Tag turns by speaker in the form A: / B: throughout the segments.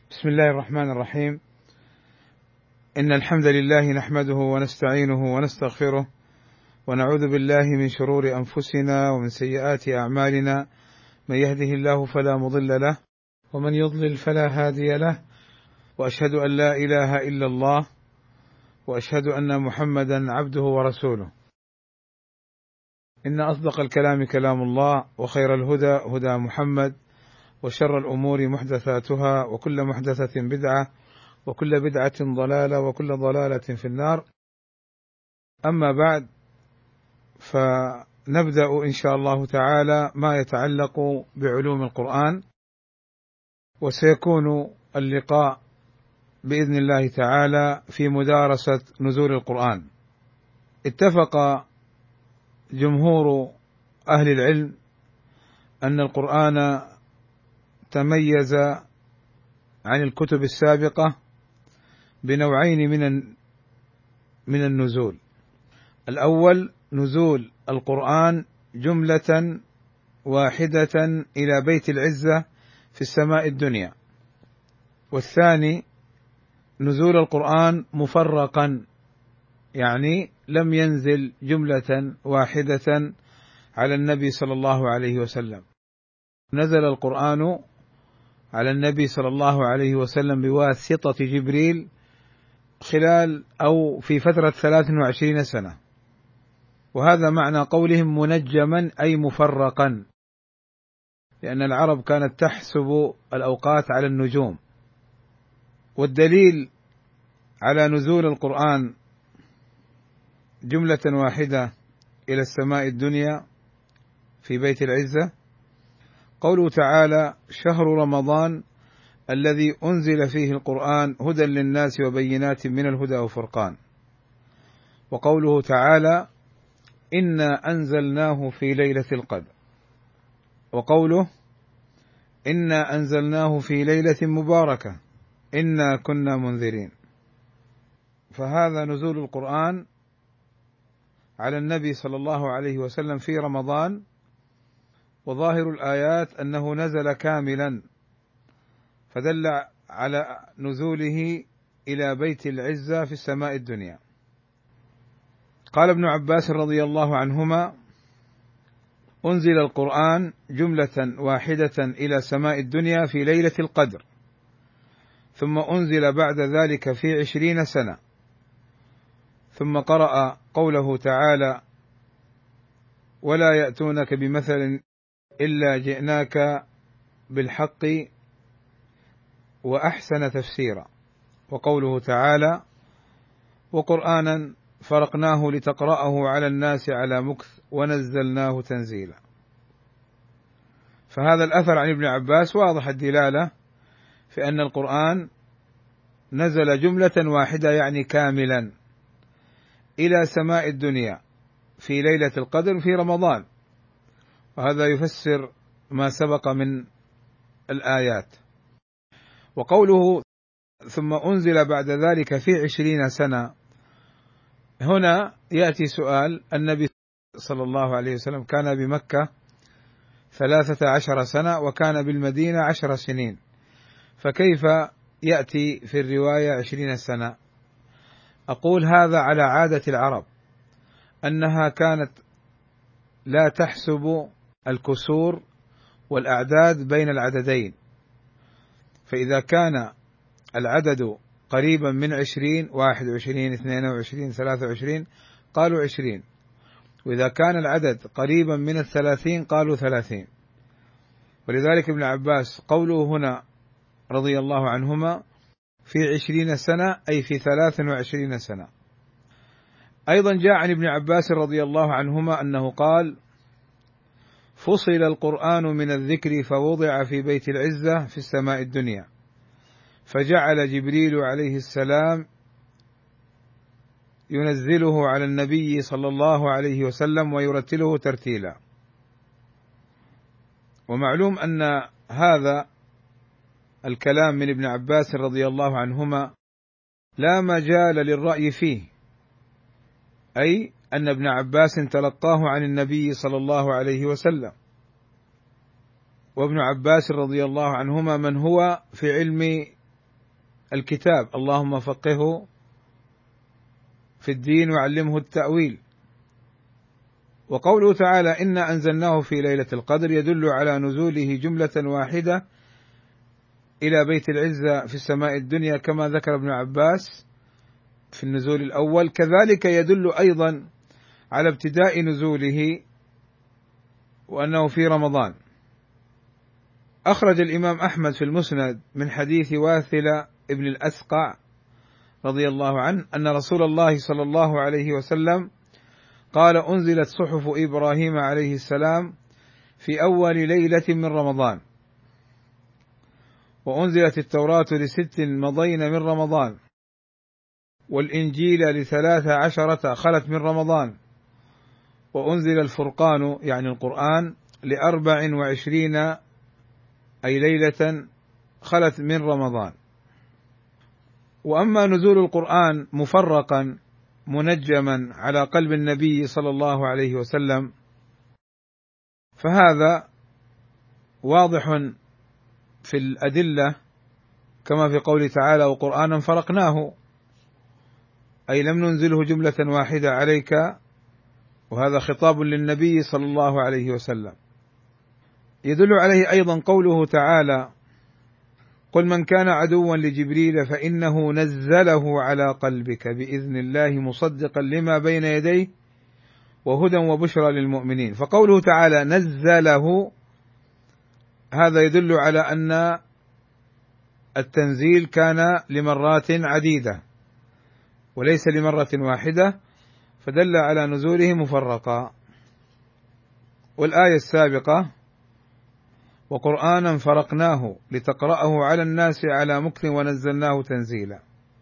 A: بسم الله الرحمن الرحيم. إن الحمد لله نحمده ونستعينه ونستغفره، ونعوذ بالله من شرور أنفسنا ومن سيئات أعمالنا. من يهده الله فلا مضل له، ومن يضلل فلا هادي له، وأشهد أن لا إله إلا الله، وأشهد أن محمدا عبده ورسوله. إن أصدق الكلام كلام الله، وخير الهدى هدى محمد، وشر الأمور محدثاتها، وكل محدثة بدعة، وكل بدعة ضلالة، وكل ضلالة في النار. أما بعد، فنبدأ إن شاء الله تعالى ما يتعلق بعلوم القرآن، وسيكون اللقاء بإذن الله تعالى في مدارسة نزول القرآن. اتفق جمهور أهل العلم أن القرآن تميز عن الكتب السابقة بنوعين من النزول. الأول نزول القرآن جملة واحدة إلى بيت العزة في السماء الدنيا، والثاني نزول القرآن مفرقا، يعني لم ينزل جملة واحدة على النبي صلى الله عليه وسلم. نزل القرآن على النبي صلى الله عليه وسلم بواسطة جبريل خلال أو في فترة 23 سنة، وهذا معنى قولهم منجما أي مفرقا، لأن العرب كانت تحسب الأوقات على النجوم. والدليل على نزول القرآن جملة واحدة إلى السماء الدنيا في بيت العزة قوله تعالى: شهر رمضان الذي أنزل فيه القرآن هدى للناس وبينات من الهدى والفرقان. وقوله تعالى: إنا أنزلناه في ليلة القدر. وقوله: إنا أنزلناه في ليلة مباركة إنا كنا منذرين. فهذا نزول القرآن على النبي صلى الله عليه وسلم في رمضان، وظاهر الآيات أنه نزل كاملا، فدل على نزوله إلى بيت العزة في السماء الدنيا. قال ابن عباس رضي الله عنهما: أنزل القرآن جملة واحدة إلى سماء الدنيا في ليلة القدر، ثم أنزل بعد ذلك في 20 سنة، ثم قرأ قوله تعالى: ولا يأتونك بمثل إلا جئناك بالحق وأحسن تفسيرا. وقوله تعالى: وقرآنا فرقناه لتقرأه على الناس على مكث ونزلناه تنزيلا. فهذا الأثر عن ابن عباس واضح الدلالة في أن القرآن نزل جملة واحدة، يعني كاملا، إلى سماء الدنيا في ليلة القدر في رمضان، وهذا يفسر ما سبق من الآيات. وقوله ثم أنزل بعد ذلك في 20 سنة، هنا يأتي سؤال: النبي صلى الله عليه وسلم كان بمكة 13 سنة، وكان بالمدينة 10 سنين، فكيف يأتي في الرواية 20 سنة؟ أقول هذا على عادة العرب، أنها كانت لا تحسب الكسور والأعداد بين العددين، فإذا كان العدد قريبا من 20 21 22 23 قالوا 20، وإذا كان العدد قريبا من 30 قالوا 30. ولذلك ابن عباس قوله هنا رضي الله عنهما في 20 سنة أي في 23 سنة. أيضا جاء عن ابن عباس رضي الله عنهما أنه قال: فصل القرآن من الذكر فوضع في بيت العزة في السماء الدنيا، فجعل جبريل عليه السلام ينزله على النبي صلى الله عليه وسلم ويرتله ترتيلا. ومعلوم أن هذا الكلام من ابن عباس رضي الله عنهما لا مجال للرأي فيه، أي أن ابن عباس تلقاه عن النبي صلى الله عليه وسلم، وابن عباس رضي الله عنهما من هو في علم الكتاب اللهم فقهه في الدين وعلمه التأويل. وقوله تعالى إنا أنزلناه في ليلة القدر يدل على نزوله جملة واحدة إلى بيت العزة في السماء الدنيا كما ذكر ابن عباس في النزول الأول، كذلك يدل أيضا على ابتداء نزوله وأنه في رمضان. أخرج الإمام أحمد في المسند من حديث واثلة ابن الأسقع رضي الله عنه أن رسول الله صلى الله عليه وسلم قال أنزلت صحف إبراهيم عليه السلام في أول ليلة من رمضان، وأنزلت التوراة ل6 مضين من رمضان، والإنجيل ل13 خلت من رمضان، وأنزل الفرقان يعني القرآن ل24 أي ليلة خلت من رمضان. وأما نزول القرآن مفرقا منجما على قلب النبي صلى الله عليه وسلم فهذا واضح في الأدلة كما في قوله تعالى وقرآنا فرقناه، أي لم ننزله جملة واحدة عليك، وهذا خطاب للنبي صلى الله عليه وسلم. يدل عليه أيضا قوله تعالى قل من كان عدوا لجبريل فإنه نزله على قلبك بإذن الله مصدقا لما بين يديه وهدى وبشرى للمؤمنين. فقوله تعالى نزله هذا يدل على أن التنزيل كان لمرات عديدة وليس لمرة واحدة، فدل على نزوله مفرقا. والآية السابقة وقرآنا فرقناه لتقرأه على الناس على مكث ونزلناه تنزيلا.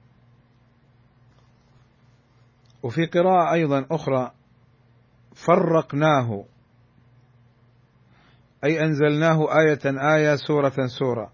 A: وفي قراءة أيضا أخرى فرقناه أي أنزلناه آية آية سورة سورة.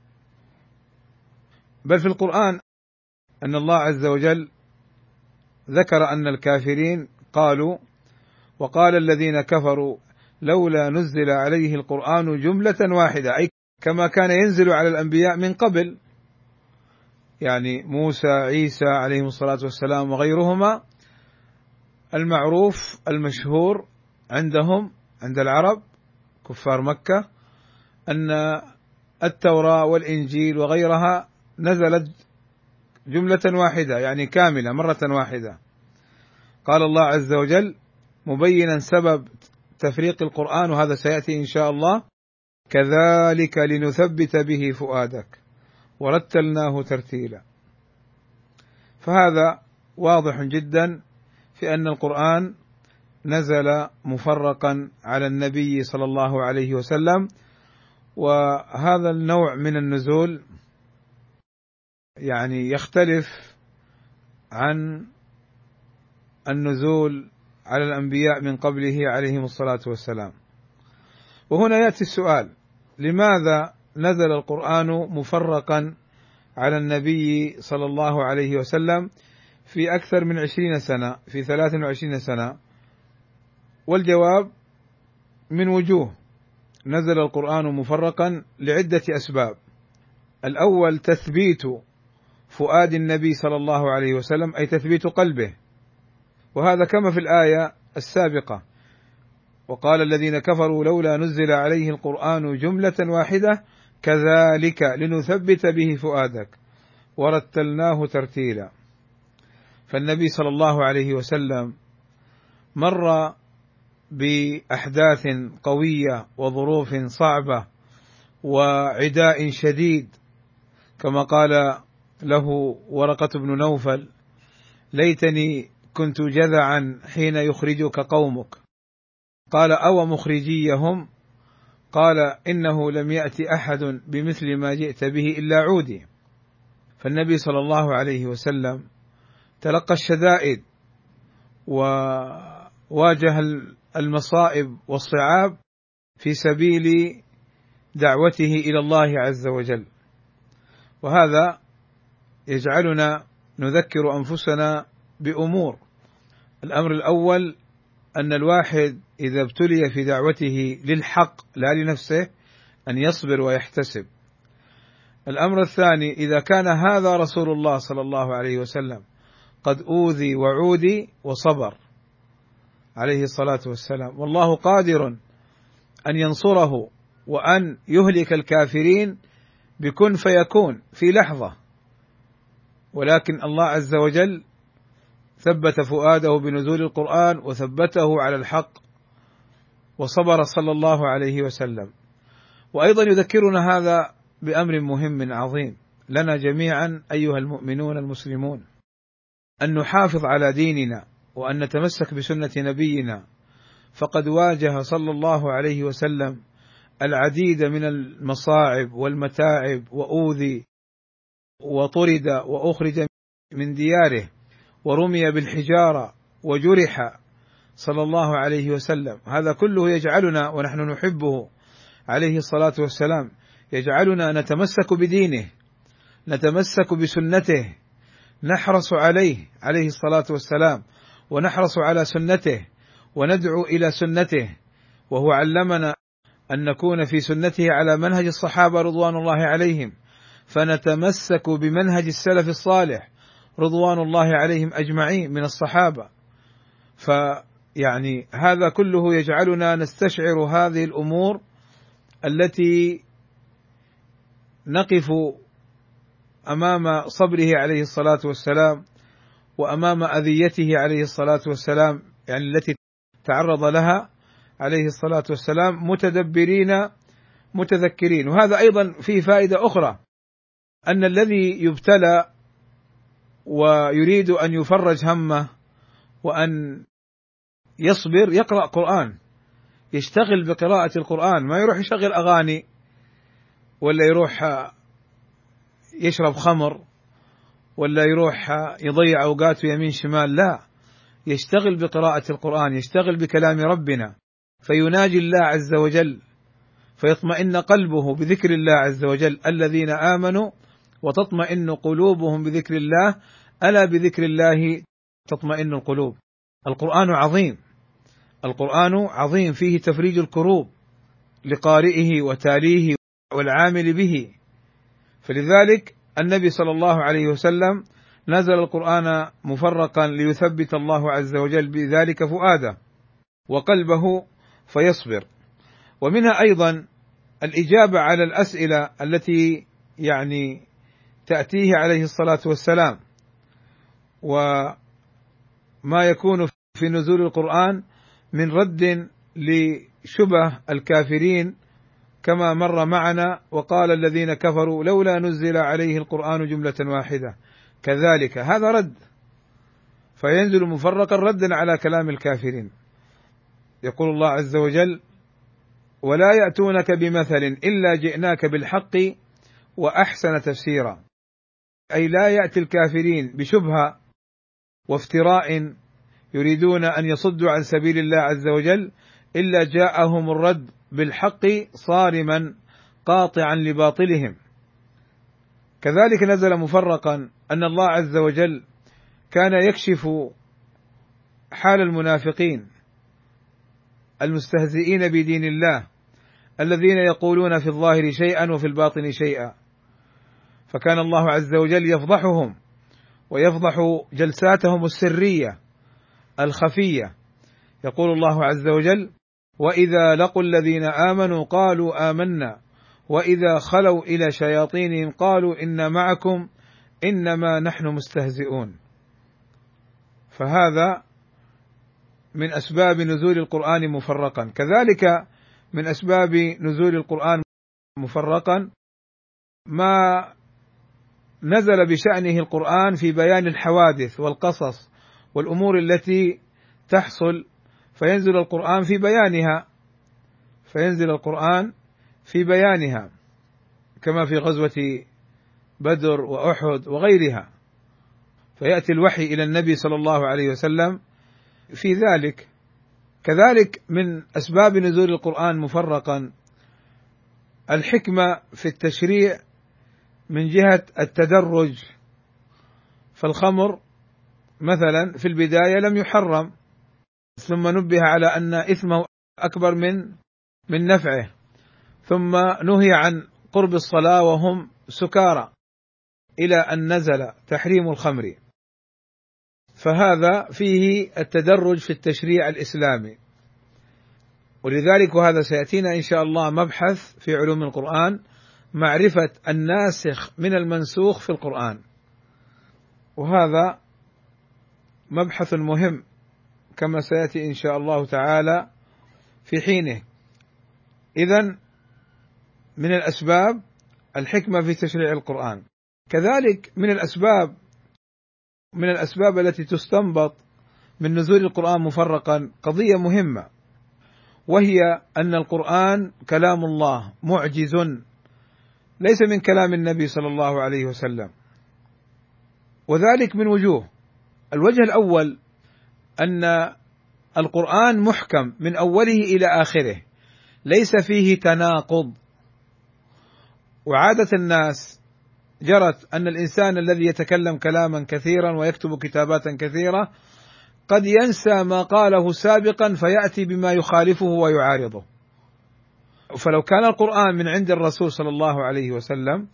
A: بل في القرآن أن الله عز وجل ذكر أن الكافرين قالوا وقال الذين كفروا لولا نزل عليه القرآن جملة واحدة، أي كما كان ينزل على الأنبياء من قبل، يعني موسى عيسى عليهم الصلاة والسلام وغيرهما. المعروف المشهور عندهم عند العرب كفار مكة أن التوراة والإنجيل وغيرها نزلت جملة واحدة يعني كاملة مرة واحدة. قال الله عز وجل مبينا سبب تفريق القرآن، وهذا سيأتي إن شاء الله كذلك لنثبت به فؤادك ورتلناه ترتيلا. فهذا واضح جدا في أن القرآن نزل مفرقا على النبي صلى الله عليه وسلم. وهذا النوع من النزول يعني يختلف عن النزول على الأنبياء من قبله عليهم الصلاة والسلام. وهنا يأتي السؤال لماذا نزل القرآن مفرقا على النبي صلى الله عليه وسلم في أكثر من 20 سنة في 23 سنة؟ والجواب من وجوه. نزل القرآن مفرقا لعدة أسباب. الأول تثبيت فؤاد النبي صلى الله عليه وسلم أي تثبيت قلبه، وهذا كما في الآية السابقة وقال الذين كفروا لولا نزل عليه القرآن جملة واحدة كذلك لنثبت به فؤادك ورتلناه ترتيلا. فالنبي صلى الله عليه وسلم مر بأحداث قوية وظروف صعبة وعداء شديد، كما قال له ورقة بن نوفل ليتني كنت جذعا حين يخرجك قومك، قال أو مخرجيهم؟ قال إنه لم يأتي أحد بمثل ما جئت به إلا عودي. فالنبي صلى الله عليه وسلم تلقى الشدائد وواجه المصائب والصعاب في سبيل دعوته إلى الله عز وجل. وهذا يجعلنا نذكر أنفسنا بأمور. الأمر الأول أن الواحد إذا ابتلي في دعوته للحق لا لنفسه أن يصبر ويحتسب، الأمر الثاني: إذا كان هذا رسول الله صلى الله عليه وسلم قد أوذي وعودي وصبر عليه الصلاة والسلام، والله قادر أن ينصره وأن يهلك الكافرين بكن فيكون في لحظة، ولكن الله عز وجل ثبت فؤاده بنزول القرآن وثبته على الحق وصبر صلى الله عليه وسلم. وأيضا يذكرنا هذا بأمر مهم عظيم لنا جميعا أيها المؤمنون المسلمون، أن نحافظ على ديننا وأن نتمسك بسنة نبينا، فقد واجه صلى الله عليه وسلم العديد من المصاعب والمتاعب، وأوذي وطرد وأخرج من دياره ورمي بالحجارة وجرح صلى الله عليه وسلم. هذا كله يجعلنا ونحن نحبه عليه الصلاة والسلام يجعلنا نتمسك بدينه، نتمسك بسنته، نحرص عليه الصلاة والسلام، ونحرص على سنته وندعو إلى سنته، وهو علمنا أن نكون في سنته على منهج الصحابة رضوان الله عليهم، فنتمسك بمنهج السلف الصالح رضوان الله عليهم أجمعين من الصحابة. فيعني هذا كله يجعلنا نستشعر هذه الأمور التي نقف أمام صبره عليه الصلاة والسلام وأمام أذيته عليه الصلاة والسلام، يعني التي تعرض لها عليه الصلاة والسلام، متدبرين متذكرين. وهذا أيضا فيه فائدة أخرى، أن الذي يبتلى ويريد أن يفرج همه وأن يصبر يقرأ قرآن، يشتغل بقراءة القرآن، ما يروح يشغل أغاني ولا يروح يشرب خمر ولا يروح يضيع أوقاته يمين شمال، لا، يشتغل بقراءة القرآن، يشتغل بكلام ربنا، فيناجي الله عز وجل، فيطمئن قلبه بذكر الله عز وجل. الذين آمنوا وتطمئن قلوبهم بذكر الله، ألا بذكر الله تطمئن القلوب. القرآن عظيم، القرآن عظيم، فيه تفريج الكروب لقارئه وتاليه والعامل به. فلذلك النبي صلى الله عليه وسلم نزل القرآن مفرقا ليثبت الله عز وجل بذلك فؤاده وقلبه فيصبر. ومنها أيضا الإجابة على الأسئلة التي يعني تأتيه عليه الصلاة والسلام، وما يكون في نزول القرآن من رد لشبه الكافرين كما مر معنا: وقال الذين كفروا لولا نزل عليه القرآن جملة واحدة. كذلك هذا رد، فينزل مفرقا ردا على كلام الكافرين. يقول الله عز وجل: ولا يأتونك بمثل إلا جئناك بالحق وأحسن تفسيرا، أي لا يأتي الكافرين بشبهة وافتراء يريدون أن يصدوا عن سبيل الله عز وجل إلا جاءهم الرد بالحق صارما قاطعا لباطلهم. كذلك نزل مفرقا أن الله عز وجل كان يكشف حال المنافقين المستهزئين بدين الله، الذين يقولون في الظاهر شيئا وفي الباطن شيئا، فكان الله عز وجل يفضحهم ويفضح جلساتهم السرية الخفية. يقول الله عز وجل: وإذا لقوا الذين آمنوا قالوا آمنا وإذا خلوا إلى شياطينهم قالوا إنا معكم إنما نحن مستهزئون. فهذا من أسباب نزول القرآن مفرقا. كذلك من أسباب نزول القرآن مفرقا ما نزل بشأنه القرآن في بيان الحوادث والقصص والأمور التي تحصل، فينزل القرآن في بيانها كما في غزوة بدر وأحد وغيرها، فيأتي الوحي إلى النبي صلى الله عليه وسلم في ذلك. كذلك من أسباب نزول القرآن مفرقا الحكمة في التشريع من جهة التدرج، فالخمر مثلا في البداية لم يحرم، ثم نبه على أن إثمه أكبر من نفعه، ثم نهي عن قرب الصلاة وهم سكارى إلى أن نزل تحريم الخمر، فهذا فيه التدرج في التشريع الإسلامي. ولذلك وهذا سيأتينا إن شاء الله مبحث في علوم القرآن، معرفة الناسخ من المنسوخ في القرآن، وهذا مبحث مهم كما سيأتي إن شاء الله تعالى في حينه. إذن من الأسباب الحكمة في تشريع القرآن. كذلك من الأسباب التي تستنبط من نزول القرآن مفرقا قضية مهمة، وهي أن القرآن كلام الله معجز، ليس من كلام النبي صلى الله عليه وسلم، وذلك من وجوه. الوجه الأول أن القرآن محكم من أوله إلى آخره، ليس فيه تناقض. وعادة الناس جرت أن الإنسان الذي يتكلم كلاما كثيرا ويكتب كتابات كثيرة قد ينسى ما قاله سابقا فيأتي بما يخالفه ويعارضه. فلو كان القرآن من عند الرسول صلى الله عليه وسلم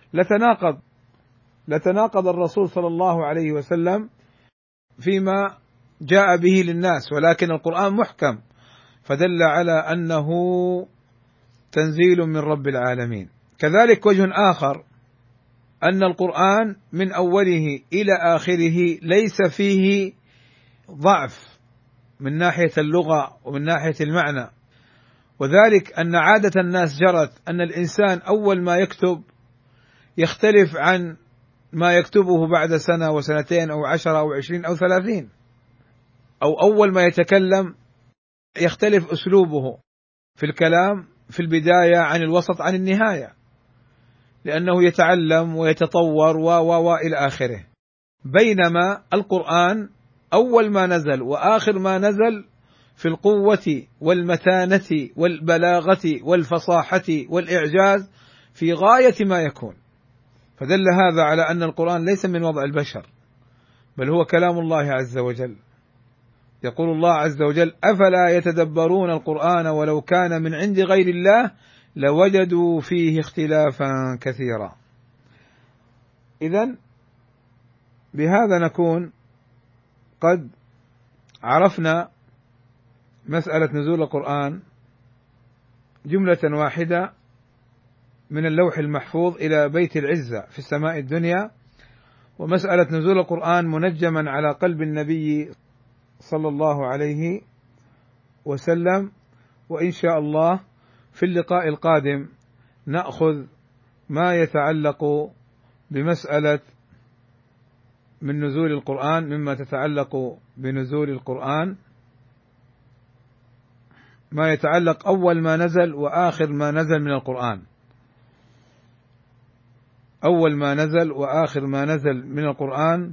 A: لتناقض الرسول صلى الله عليه وسلم فيما جاء به للناس، ولكن القرآن محكم فدل على أنه تنزيل من رب العالمين. كذلك وجه آخر أن القرآن من أوله إلى آخره ليس فيه ضعف من ناحية اللغة ومن ناحية المعنى، وذلك أن عادة الناس جرت أن الإنسان أول ما يكتب يختلف عن ما يكتبه بعد سنة وسنتين أو 10 أو 20 أو 30، أو أول ما يتكلم يختلف أسلوبه في الكلام في البداية عن الوسط عن النهاية، لأنه يتعلم ويتطور إلى آخره. بينما القرآن أول ما نزل وآخر ما نزل في القوة والمتانة والبلاغة والفصاحة والإعجاز في غاية ما يكون، فدل هذا على أن القرآن ليس من وضع البشر، بل هو كلام الله عز وجل. يقول الله عز وجل: أفلا يتدبرون القرآن ولو كان من عند غير الله لوجدوا فيه اختلافا كثيرا. إذن بهذا نكون قد عرفنا مسألة نزول القرآن جملة واحدة من اللوح المحفوظ إلى بيت العزة في السماء الدنيا، ومسألة نزول القرآن منجما على قلب النبي صلى الله عليه وسلم. وإن شاء الله في اللقاء القادم نأخذ ما يتعلق بمسألة من نزول القرآن، مما تتعلق بنزول القرآن، ما يتعلق أول ما نزل وآخر ما نزل من القرآن، أول ما نزل وآخر ما نزل من القرآن.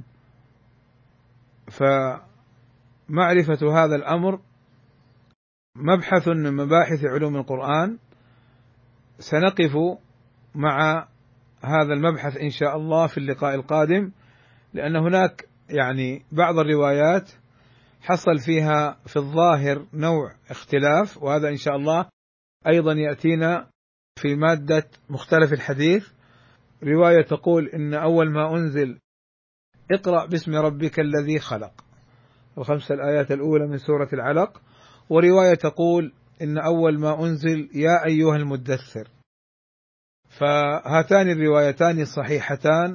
A: فمعرفة هذا الأمر مبحث من مباحث علوم القرآن، سنقف مع هذا المبحث إن شاء الله في اللقاء القادم، لأن هناك بعض الروايات حصل فيها في الظاهر نوع اختلاف، وهذا إن شاء الله أيضا يأتينا في مادة مختلف الحديث. رواية تقول إن أول ما أنزل اقرأ باسم ربك الذي خلق، ال5 الآيات الأولى من سورة العلق، ورواية تقول إن أول ما أنزل يا أيها المدثر. فهاتان الروايتان صحيحتان،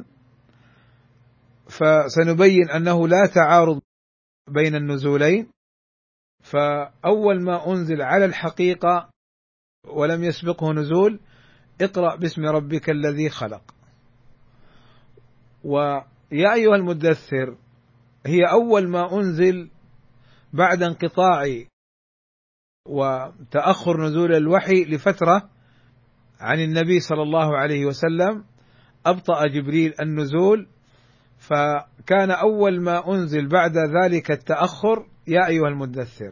A: فسنبين أنه لا تعارض بين النزولين، فأول ما أنزل على الحقيقة ولم يسبقه نزول اقرأ باسم ربك الذي خلق، ويا أيها المدثر هي أول ما أنزل بعد انقطاع وتأخر نزول الوحي لفترة عن النبي صلى الله عليه وسلم، أبطأ جبريل النزول، فكان أول ما أنزل بعد ذلك التأخر يا أيها المدثر.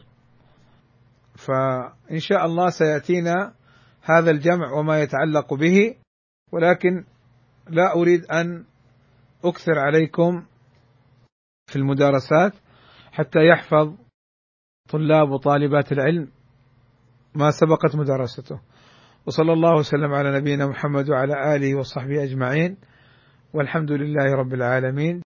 A: فإن شاء الله سيأتينا هذا الجمع وما يتعلق به، ولكن لا أريد أن أكثر عليكم في المدارسات حتى يحفظ طلاب وطالبات العلم ما سبقت مدارسته. وصلى الله وسلم على نبينا محمد وعلى آله وصحبه أجمعين، والحمد لله رب العالمين.